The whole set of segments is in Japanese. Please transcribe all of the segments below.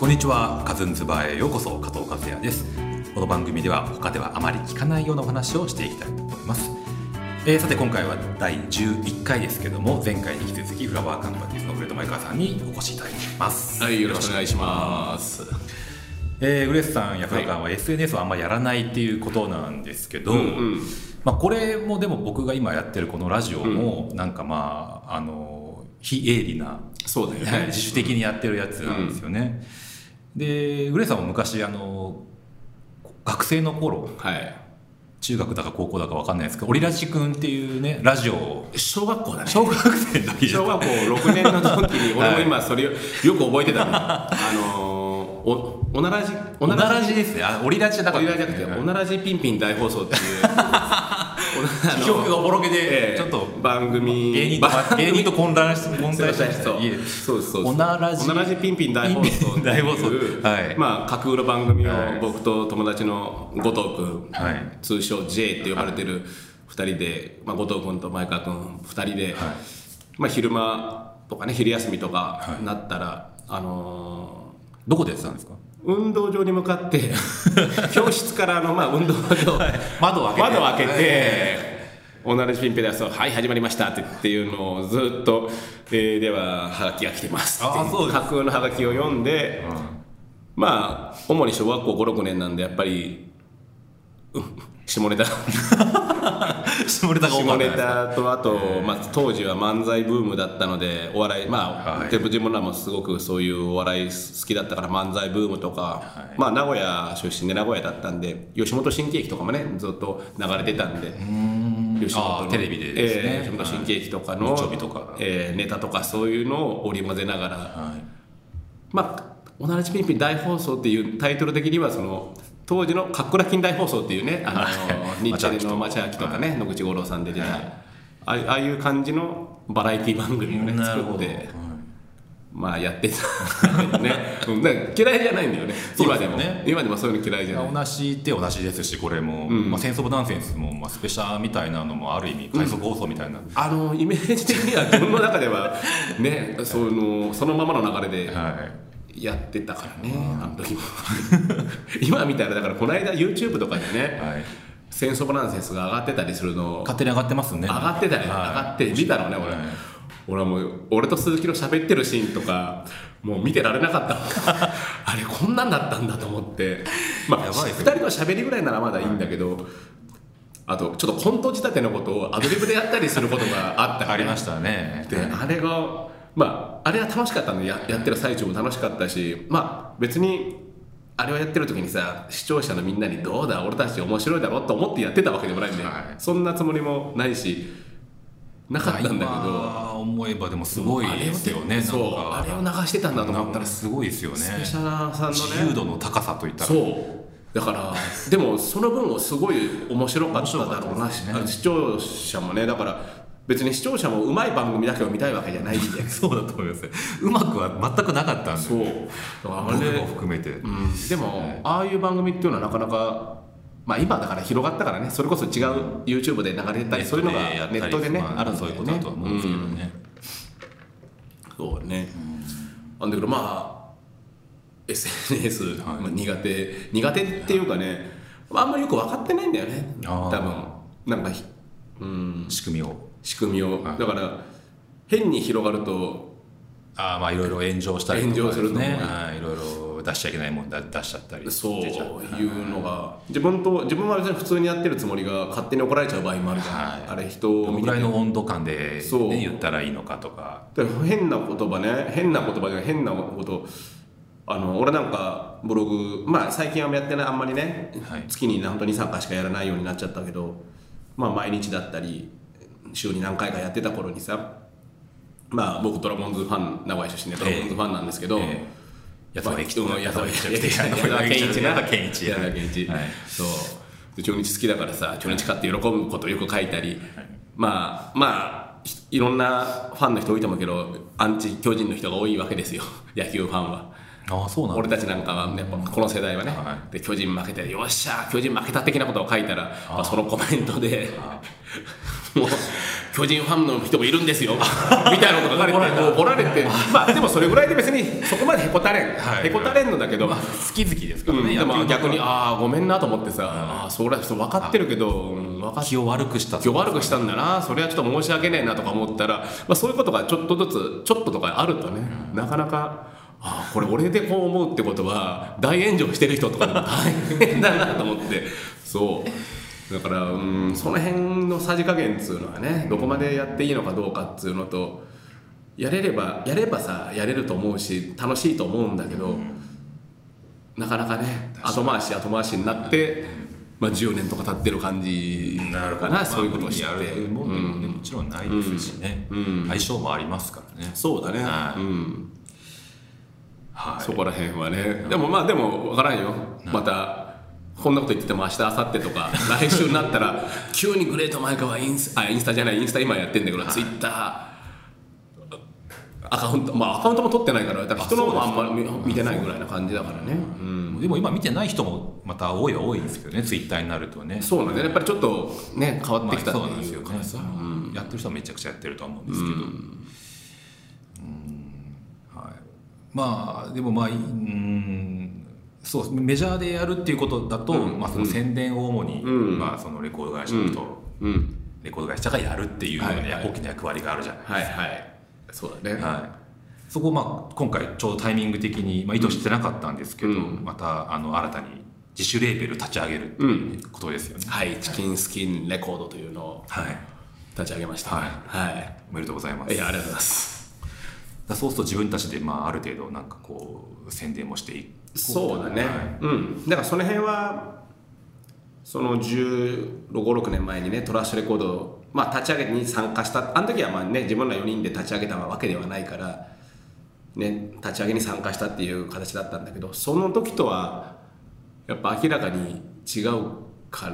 こんにちは。カズンズバーへようこそ。加藤和也です。この番組では他ではあまり聞かないようなお話をしていきたいと思います。さて今回は第11回ですけども、前回に引き続きフラワーカンパニーズのグレート前川さんにお越しいただいています。 はい、よろしくお願いします。 グレースさんやフラカンは SNS はあんまりやらないっていうことなんですけど、これもでも僕が今やってるこのラジオもなんか非営利な、 そうだよね、 自主的にやってるやつなんですよね。でグレーさんも昔学生の頃、中学だか高校だか分かんないですけど、オリラジ君っていうねラジオを小学校だね、 小学生の時、 小学校6年の時に俺も今それをよく覚えてたの。おならじですね。オリラジじゃなかった、 オリラジじゃなくておならじピンピン大放送っていう記憶がおぼろげでちょっと番組芸人と混在してそうおならじピンピン大放送っていう架空の番組を僕と友達の後藤君、通称 J って呼ばれてる2人で、後藤君と前川君2人で、昼間とかね、昼休みとかなったら、 どこでやってたんですか？ 運動場に向かって教室から運動場窓を開けて、 おならじピンペダスをはい始まりましたっていうのをずっと、でははがきが来てますっていう架空のはがきを読んで、主に小学校 5,6 年なんでやっぱり下ネタ下ネタが多かったんですか？ 下ネタとあと、当時は漫才ブームだったので、お笑いで自分らもすごくそういうお笑い好きだったから漫才ブームとか、名古屋出身で名古屋だったんで吉本新喜劇とかもねずっと流れてたんで、 吉本のテレビでですね、 吉本新喜劇とかの、 日曜日とか、 ネタとかそういうのを織り交ぜながら、おならじピンピン大放送っていうタイトル的にはその当時のカックラキン大放送っていうね、日テレの町明とかね、野口五郎さんで出た、ああいう感じのバラエティ番組をね作って、やってたね。嫌いじゃないんだよね。今でもそういうの嫌いじゃない。 同じって同じですし、これも、センスオブナンセンスも、スペシャルみたいなのもある意味快速放送みたいな、 イメージ的には自分の中ではね、そのままの流れで。やってたからね、あの時も今みたいな、だからこの間 YouTube とかでね、センスオブナンセンスが上がってたりするの、 勝手に上がってますね。 上がってたね、上がって見たのね、俺はもう俺と鈴木の喋ってるシーンとかもう見てられなかったあれこんなんだったんだと思って、2人の喋りぐらいならまだいいんだけど、あとちょっとコント仕立てのことをアドリブでやったりすることがあったから、 ありましたね。 であれがあれは楽しかったんで、やってる最中も楽しかったし、別にあれをやってる時にさ、視聴者のみんなにどうだ俺たち面白いだろうと思ってやってたわけでもないんで、そんなつもりもないしなかったんだけど、 今思えばでもすごいですよね。 あれを流してたんだと思ったらすごいですよね。 スペシャラーさんのね、 自由度の高さといったら、 だからでもその分をすごい面白かっただろうな、視聴者もね。だから別に視聴者もうまい番組だけを見たいわけじゃないんでそうだと思います。うまくは全くなかったんで、僕も含めて、 でも、ああいう番組っていうのはなかなか、今だから広がったからね、それこそ違う YouTube で流れてたり、そういうのがネットでね、あるんだよね。 そういうことだとは思うんですけどね。 そうね。だけどSNS 苦手っていうかね、あんまりよく分かってないんだよね、多分。仕組みを、だから変に広がるといろいろ炎上したりとか、 炎上するとね、 いろいろ出しちゃいけないもん出しちゃったり、 そういうのが自分は別に普通にやってるつもりが勝手に怒られちゃう場合もあるじゃん、あれ人を見てどのぐらいの温度感で、言ったらいいのかとか、 変なこと俺なんかブログ、最近はやってない、あんまりね、月に本当に2、3回しかやらないようになっちゃったけど、毎日だったり週に何回かやってた頃にさ、僕ドラゴンズファン、名古屋出身でドラゴンズファンなんですけど、 矢沢永吉、 そう中日好きだからさ、中日勝って喜ぶことをよく書いたり、いろんなファンの人多いと思うけど、アンチ巨人の人が多いわけですよ、野球ファンは。俺たちなんかはやっぱこの世代はね、で巨人負けてよっしゃ巨人負けた的なことを書いたら、そのコメントでもう巨人ファンの人もいるんですよみたいなこと書かれて怒られてまあでもそれぐらいで別にそこまでへこたれん、へこたれんのだけど、 好き好きですからね、 でも逆にごめんなと思ってさ、それは分かってるけど気を悪くしたんだな、それはちょっと申し訳ねえなとか思ったら、そういうことがちょっとずつちょっととかあるとね、なかなかこれ俺でこう思うってことは大炎上してる人とかでも大変だなと思ってそうだからその辺のさじ加減っつうのはね、どこまでやっていいのかどうかっつうのと、やればさやれると思うし楽しいと思うんだけど、なかなかね後回しになって、10年とか経ってる感じかな、そういうことをしてやるもんでもね、もちろんないですしね、相性もありますからね。 そうだね、そこら辺はね、でも分からんよ、またこんなこと言ってても明日明後日とか来週になったら急にグレート前川インスタ今やってんだけど、ツイッターアカウントも取ってないから人のもあんまり見てないぐらいな感じだからね、 でも今見てない人もまた多いんですけどね、ツイッターになるとね。 そうなんで、やっぱりちょっとね変わってきたっていうかさ、 やってる人はめちゃくちゃやってると思うんですけど、でもそうメジャーでやるっていうことだと、その宣伝を主に、そのレコード会社の人、レコード会社がやるっていうような大きな役割があるじゃないですか。 そうだね。 そこ今回ちょうどタイミング的に、意図してなかったんですけど、また新たに自主レーベル立ち上げるっていうことですよね。 チキンスキンレコードというのを立ち上げました。 おめでとうございます。 ありがとうございます。 そうすると自分たちである程度なんかこう宣伝もしていく。 そうだね。だからその辺はその15、16年前にねトラッシュレコードを立ち上げに参加した。あの時は自分ら4人で立ち上げたわけではないからね、立ち上げに参加したっていう形だったんだけど、その時とはやっぱ明らかに違うから、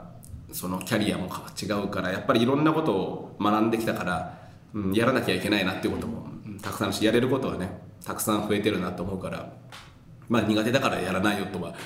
そのキャリアも違うから、やっぱりいろんなことを学んできたから、やらなきゃいけないなっていうこともたくさんし、やれることはねたくさん増えてるなと思うから、苦手だからやらないよとは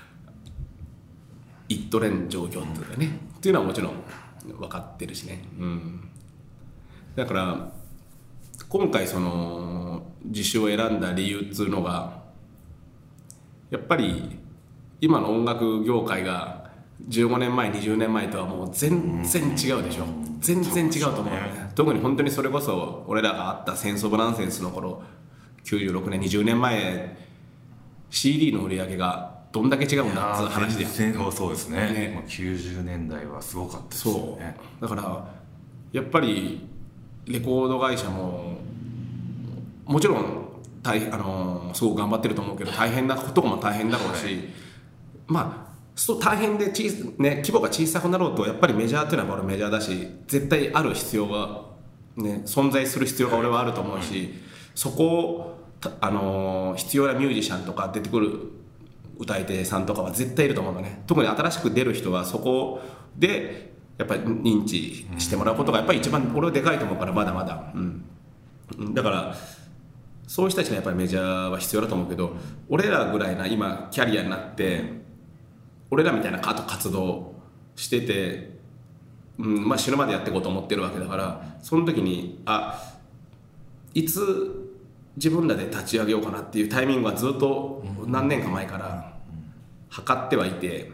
言っとれん状況っていうかね、っていうのはもちろん分かってるしね、だから今回その自主を選んだ理由っていうのが、やっぱり今の音楽業界が15年前20年前とはもう全然違うでしょ。全然違うと思うね。特に本当にそれこそ俺らがあったセンスオブナンセンスの頃、96年20年前 CD の売り上げがどんだけ違うんだって話で、 そうですね。90年代はすごかったですよね。 だからやっぱりレコード会社ももちろんすごく頑張ってると思うけど、大変なことも大変だろうし、そう大変で規模が小さくなろうと、やっぱりメジャーっていうのは俺メジャーだし、絶対ある必要が存在する必要が俺はあると思うし、そこを必要なミュージシャンとか出てくる歌い手さんとかは絶対いると思うのね。特に新しく出る人はそこでやっぱり認知してもらうことがやっぱり一番俺はでかいと思うから、まだまだ、だからそういう人たちにやっぱりメジャーは必要だと思うけど、俺らぐらいな今キャリアになって俺らみたいな活動してて、死ぬまでやっていこうと思ってるわけだから、その時にいつ自分らで立ち上げようかなっていうタイミングはずっと何年か前から測ってはいて、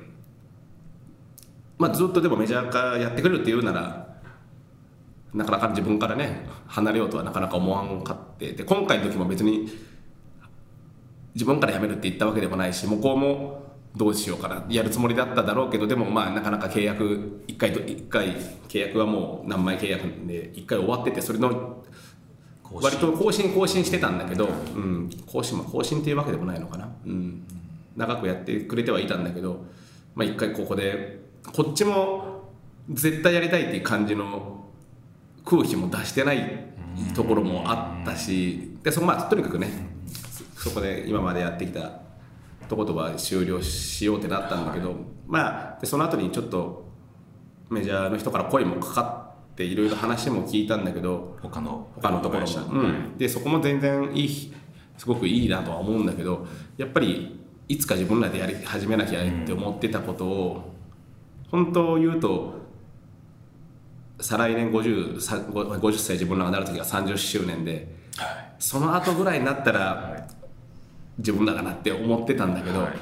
ずっとでもメジャー化やってくれるっていうならなかなか自分からね離れようとはなかなか思わんかってで、今回の時も別に自分から辞めるって言ったわけでもないし、向こうもどうしようかなやるつもりだっただろうけど、でもなかなか契約1回契約はもう何枚契約で1回終わってて、それの割と更新してたんだけど、更新っていうわけでもないのかな、長くやってくれてはいたんだけど、1回ここでこっちも絶対やりたいっていう感じの空気も出してないところもあったし、でそことにかくねそこで今までやってきたとことは終了しようってなったんだけど、でその後にちょっとメジャーの人から声もかかっていろいろ話も聞いたんだけど、 他のところも、でそこも全然すごくいいなとは思うんだけど、やっぱりいつか自分らでやり始めなきゃって思ってたことを本当を言うと再来年50歳自分らがなる時が30周年で、はい、その後ぐらいになったら、はい、自分らがなって思ってたんだけど、はい、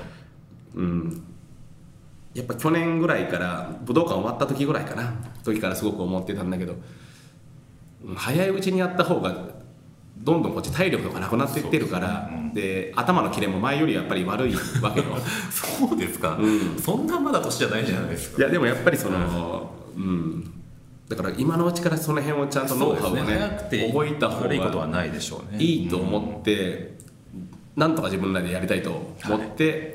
やっぱ去年ぐらいから武道館終わった時ぐらいかな時からすごく思ってたんだけど、早いうちにやった方がどんどんこっち体力とかなくなっていってるから、で頭のキレも前よりやっぱり悪いわけよそうですか、そんなまだ年じゃないじゃないですか。 いやでもやっぱりその、だから今のうちからその辺をちゃんとノウハウをね覚えた方が悪いことはないでしょうね。 いいと思って、なんとか自分らでやりたいと思って、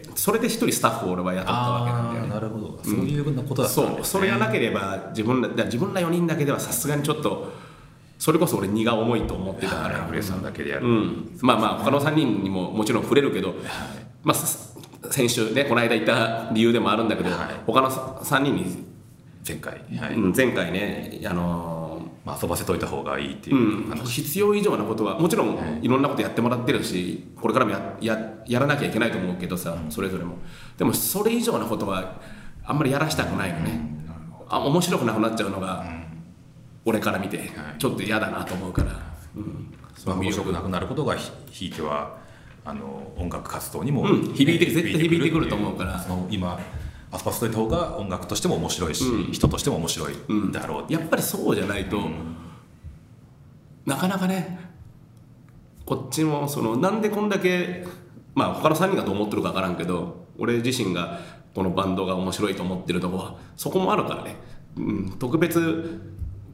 それで一人スタッフを俺は雇ったわけなんだよね。 なるほど、そういうふうなことだったんですね。 それがなければ自分ら4人だけではさすがにちょっとそれこそ俺荷が重いと思ってたから、 フレさんだけでやる、 まあ他の3人にももちろん触れるけど、まあ先週ねこの間言った理由でもあるんだけど、他の3人に前回ね遊ばせといた方がいいっていう話、 必要以上なことはもちろんいろんなことやってもらってるし、これからもやらなきゃいけないと思うけどさ、それぞれもでもそれ以上なことはあんまりやらしたくないのね、面白くなくなっちゃうのが、俺から見てちょっと嫌だなと思うから、 面白くなくなることがひいては音楽活動にも、 絶対響いてくると思うから、 その今遊ばせといた方が音楽としても面白いし、人としても面白いだろう、 やっぱりそうじゃないと、なかなかねこっちもなんでこんだけ他の3人がどう思ってるか分からんけど、俺自身がこのバンドが面白いと思ってるとこはそこもあるからね、特別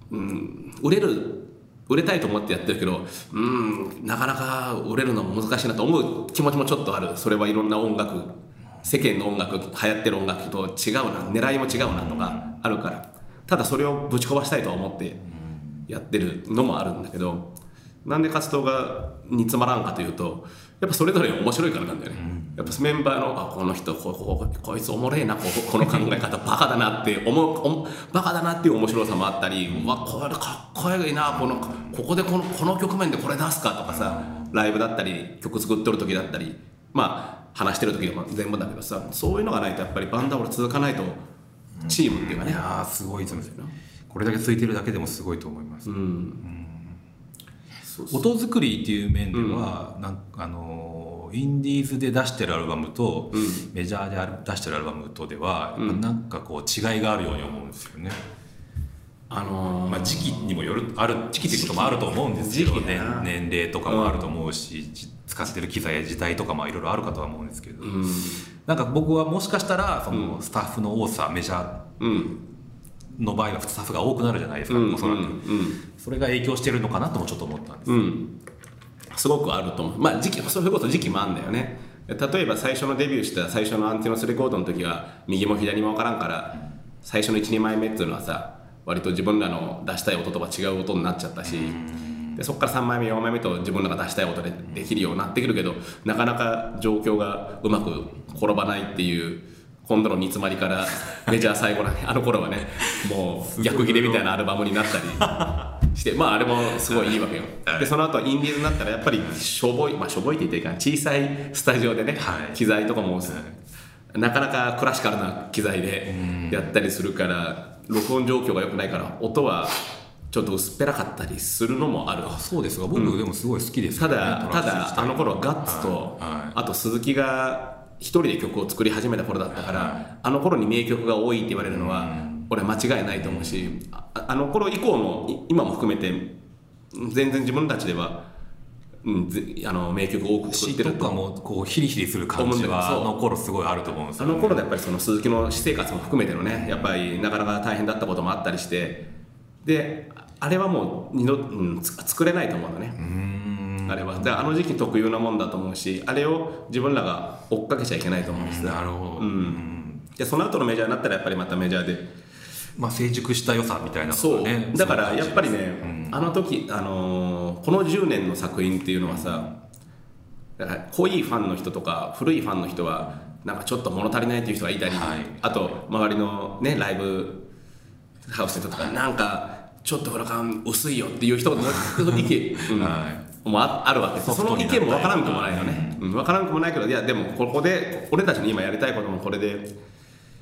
売れたいと思ってやってるけど、なかなか売れるのも難しいなと思う気持ちもちょっとある。それはいろんな音楽、世間の音楽、流行ってる音楽と違うな、狙いも違うなとかあるから、ただそれをぶち壊したいと思ってやってるのもあるんだけど、なんで活動が煮詰まらんかというと、やっぱそれぞれ面白いからなんだよね。やっぱメンバーのこの人こいつおもれえな、この考え方バカだなってバカだなっていう面白さもあったり、これかっこいいな、ここでこの局面でこれ出すかとかさ、ライブだったり曲作ってる時だったり、話してる時でも全部だけどさ、そういうのがないとやっぱりバンドは俺続かないと、チームっていうかね、 すごいですよね。これだけついてるだけでもすごいと思います。音作りっていう面では、インディーズで出してるアルバムと、メジャーで出してるアルバムとでは、なんかこう違いがあるように思うんですよね。時期にも時期っていうこともあると思うんですけどね、年齢とかもあると思うし、使ってる機材や時代とかもいろいろあるかとは思うんですけど、なんか僕はもしかしたらそのスタッフの多さ、メジャーの場合はスタッフが多くなるじゃないですか、おそらく、それが影響してるのかなともちょっと思ったんです、 すごくあると思う。それこそ時期もあるんだよね。例えば最初のデビューした最初のアンティノスレコードの時は右も左も分からんから、最初の 1,2 枚目っていうのはさ、割と自分らの出したい音とは違う音になっちゃったし、でそこから3枚目4枚目と自分らが出したい音でできるようになってくるけど、なかなか状況がうまく転ばないっていう、今度の煮詰まりからメジャー最後のあの頃はね、もう逆切れみたいなアルバムになったりして、あれもすごいいいわけよ。でその後インディーズになったらやっぱりしょぼいって言っていいか、小さいスタジオでね、機材とかもなかなかクラシカルな機材でやったりするから、録音状況が良くないから音はちょっと薄っぺらかったりするのもある。 そうですが、僕でもすごい好きですけどね。ただあの頃はガッツと、あと鈴木が一人で曲を作り始めた頃だったから、あの頃に名曲が多いって言われるのは俺間違いないと思うし、あの頃以降も今も含めて全然自分たちでは、名曲を多く作ってるとかもこうヒリヒリする感じはあの頃すごいあると思うんですよ、 あの頃でやっぱりその鈴木の私生活も含めてのね、やっぱりなかなか大変だったこともあったりして、であれはもう作れないと思うのね。あれはだからあの時期特有なもんだと思うし、あれを自分らが追っかけちゃいけないと思うんです。 なるほど。 でその後のメジャーになったらやっぱりまたメジャーで、 成熟した良さみたいなことがね。そうだからやっぱりね、あの時、この10年の作品っていうのはさ、だから濃いファンの人とか古いファンの人はなんかちょっと物足りないっていう人がいたり、あと周りのねライブハウスの人とかなんかちょっとフラカン薄いよっていう人の意見もあるわけです。その意見も分からんくもないよね。分からんくもないけど、いやでもここで俺たちに今やりたいこともこれで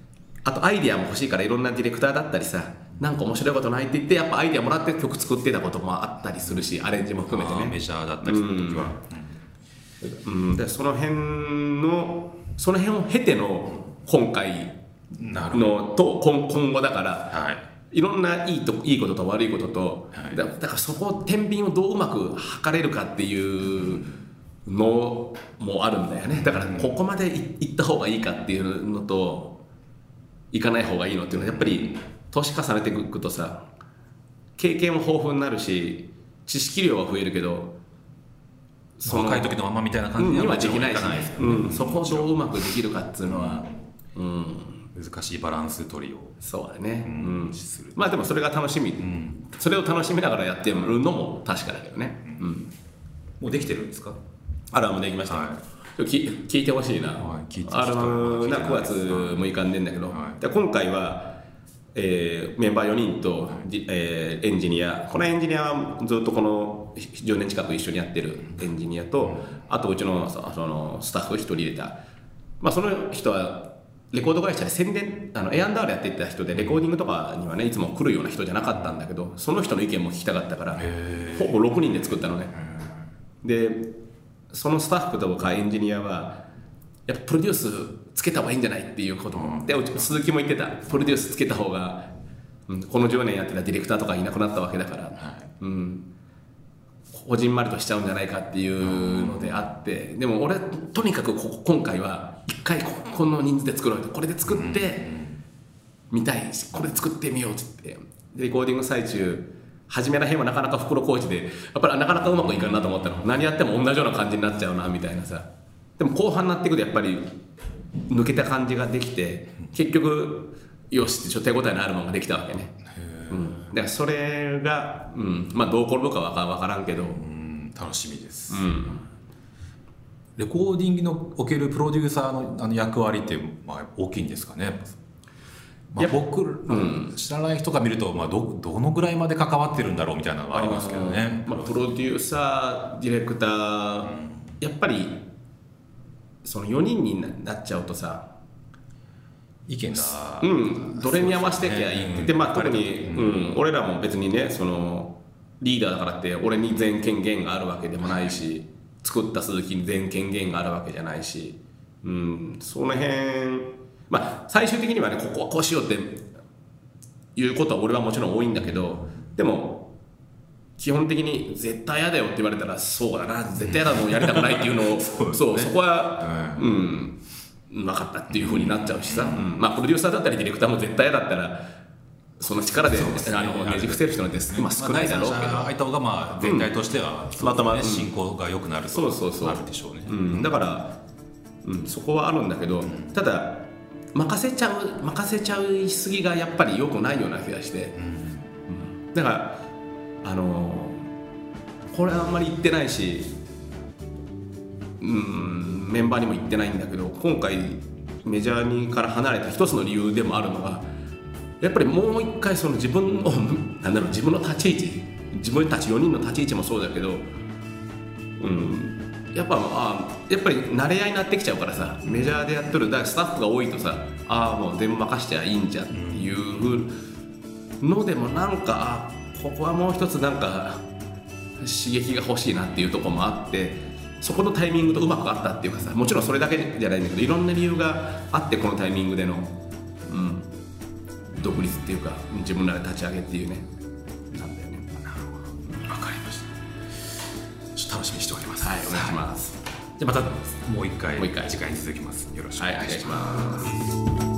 あとアイデアも欲しいからいろんなディレクターだったりさ、なんか面白いことないって言ってやっぱアイデアもらって曲作ってたこともあったりするし、アレンジも含めてね、 メジャーだったりする時は、 でその辺を経ての今回のと今後だから、はい、いろんないいことと悪いことと、はい、だからそこを天秤をどううまく測れるかっていうのもあるんだよね。だからここまで行った方がいいかっていうのと行かない方がいいのっていうのはやっぱり年重ねていくとさ、経験も豊富になるし知識量は増えるけど、 若い時のままみたいな感じにはできないし、そこをどううまくできるかっていうのは、 難しいバランス取りをそうだね、まあでもそれが楽しみ、それを楽しみながらやってるのも確かだけどね、 もうできてるんですか？ アルバムできました、聞いてほしいな、アルバムが9月6日に出るんだけど、で今回は、メンバー4人と、エンジニア、このエンジニアはずっとこの10年近く一緒にやってるエンジニアと、あとうちの、そのスタッフ1人入れた、まあ、その人はレコード会社で宣伝A&R やってた人でレコーディングとかにはねいつも来るような人じゃなかったんだけど、その人の意見も聞きたかったからほぼ6人で作ったのね。でそのスタッフとかエンジニアはやっぱプロデュースつけた方がいいんじゃないっていうことも、で鈴木も言ってた、プロデュースつけた方が、この10年やってたディレクターとかいなくなったわけだから、こじんまりとしちゃうんじゃないかっていうのであって、でも俺とにかく今回は一回この人数で作ろうと、これで作ってみたいし、これで作ってみようって言って、レコーディング最中初めらへんはなかなか袋小路でやっぱりなかなかうまくいかんなと思ったの。何やっても同じような感じになっちゃうなみたいなさ。でも後半になっていくとやっぱり抜けた感じができて、結局よしってちょっと手応えのあるものができたわけね。だからそれが、まあどう転ぶかわからんけど、 楽しみです、レコーディングにおけるプロデューサーの役割ってまあ大きいんですかね。僕、知らない人が見ると、どのぐらいまで関わってるんだろうみたいなのがありますけどね。 プロデューサーディレクター、やっぱりその4人になっちゃうとさ、 意見が、 どれに合わせてきゃいいって言って、特に、俺らも別にねそのリーダーだからって俺に全権限があるわけでもないし、作った鈴木に全権限があるわけじゃないし、その辺最終的にはねここはこうしようっていうことは俺はもちろん多いんだけど、でも基本的に絶対嫌だよって言われたらそうだな、絶対嫌だもんやりたくないっていうのをそこは分かったっていうふうになっちゃうしさ、プロデューサーだったりディレクターも絶対嫌だったらその力でねじ伏せる人なんて少ないだろうけど、 空いた方が全体としては進行が良くなるとなるでしょうね。 だからそこはあるんだけど、ただ任せちゃいすぎがやっぱり良くないような気がして、だからこれはあんまり言ってないし、メンバーにも言ってないんだけど、今回メジャーにから離れた一つの理由でもあるのが、やっぱりもう一回その自分の自分の立ち位置、自分たち4人の立ち位置もそうだけど、やっぱり慣れ合いになってきちゃうからさ、メジャーでやってるだからスタッフが多いとさ、もう全部任しちゃいいんじゃんっていうのでもなんかここはもう一つなんか刺激が欲しいなっていうところもあって、そこのタイミングとうまくあったっていうかさ、もちろんそれだけじゃないんだけどいろんな理由があってこのタイミングでの、独立っていうか自分らで立ち上げっていうねなんだよね。 なるほど、わかりました。ちょっと楽しみにしております。 はい、お願いします。 じゃあまたもう一回次回に続きます。よろしくお願いします。